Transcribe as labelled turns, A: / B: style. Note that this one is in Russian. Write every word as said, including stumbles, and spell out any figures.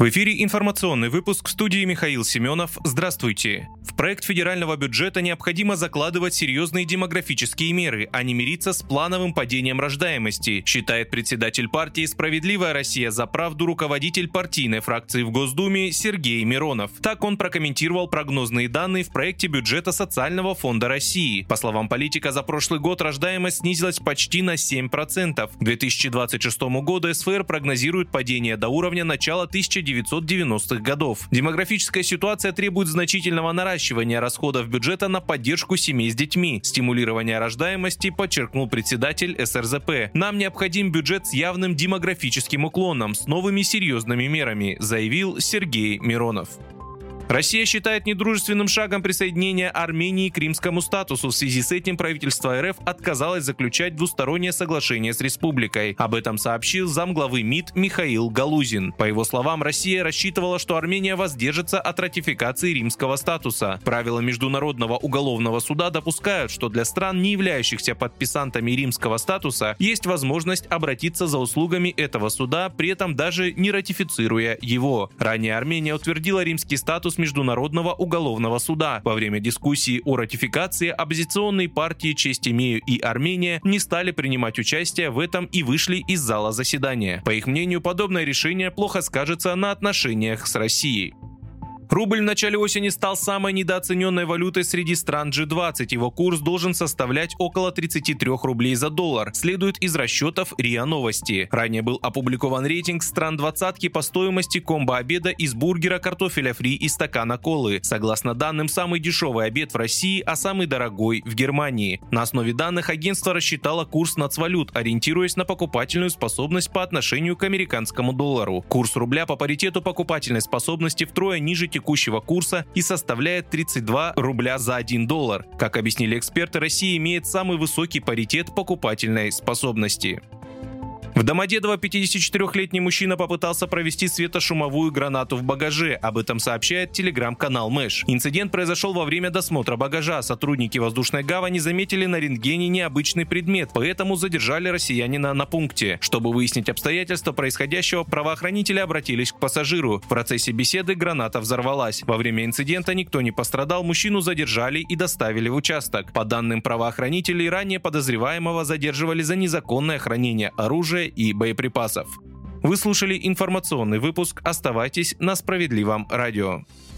A: В эфире информационный выпуск, в студии Михаил Семенов. Здравствуйте. В проект федерального бюджета необходимо закладывать серьезные демографические меры, а не мириться с плановым падением рождаемости, считает председатель партии «Справедливая Россия за правду», руководитель партийной фракции в Госдуме Сергей Миронов. Так он прокомментировал прогнозные данные в проекте бюджета Социального фонда России. По словам политика, за прошлый год рождаемость снизилась почти на семь процентов. К две тысячи двадцать шестому году СФР прогнозирует падение до уровня начала тысяча девятьсот девяностых годов. Демографическая ситуация требует значительного наращивания расходов бюджета на поддержку семей с детьми, стимулирования рождаемости, подчеркнул председатель эс эр зэ пэ. Нам необходим бюджет с явным демографическим уклоном, с новыми серьезными мерами, заявил Сергей Миронов. Россия считает недружественным шагом присоединения Армении к римскому статусу. В связи с этим правительство эр эф отказалось заключать двустороннее соглашение с республикой. Об этом сообщил замглавы МИД Михаил Галузин. По его словам, Россия рассчитывала, что Армения воздержится от ратификации римского статуса. Правила Международного уголовного суда допускают, что для стран, не являющихся подписантами римского статуса, есть возможность обратиться за услугами этого суда, при этом даже не ратифицируя его. Ранее Армения утвердила римский статус Международного уголовного суда. Во время дискуссии о ратификации оппозиционные партии «Честь имею» и «Армения» не стали принимать участие в этом и вышли из зала заседания. По их мнению, подобное решение плохо скажется на отношениях с Россией. Рубль в начале осени стал самой недооцененной валютой среди стран джи двадцать. Его курс должен составлять около тридцати трёх рублей за доллар, следует из расчетов РИА Новости. Ранее был опубликован рейтинг стран двадцатки по стоимости комбо-обеда из бургера, картофеля фри и стакана колы. Согласно данным, самый дешевый обед в России, а самый дорогой в Германии. На основе данных агентство рассчитало курс нацвалют, ориентируясь на покупательную способность по отношению к американскому доллару. Курс рубля по паритету покупательной способности втрое ниже текущего текущего курса и составляет тридцать два рубля за один доллар. Как объяснили эксперты, Россия имеет самый высокий паритет покупательной способности. В Домодедово пятидесятичетырёхлетний мужчина попытался провести светошумовую гранату в багаже. Об этом сообщает телеграм-канал Мэш. Инцидент произошел во время досмотра багажа. Сотрудники воздушной гавани заметили на рентгене необычный предмет, поэтому задержали россиянина на пункте. Чтобы выяснить обстоятельства происходящего, правоохранители обратились к пассажиру. В процессе беседы граната взорвалась. Во время инцидента никто не пострадал, мужчину задержали и доставили в участок. По данным правоохранителей, ранее подозреваемого задерживали за незаконное хранение оружия и боеприпасов. Вы слушали информационный выпуск. Оставайтесь на Справедливом радио.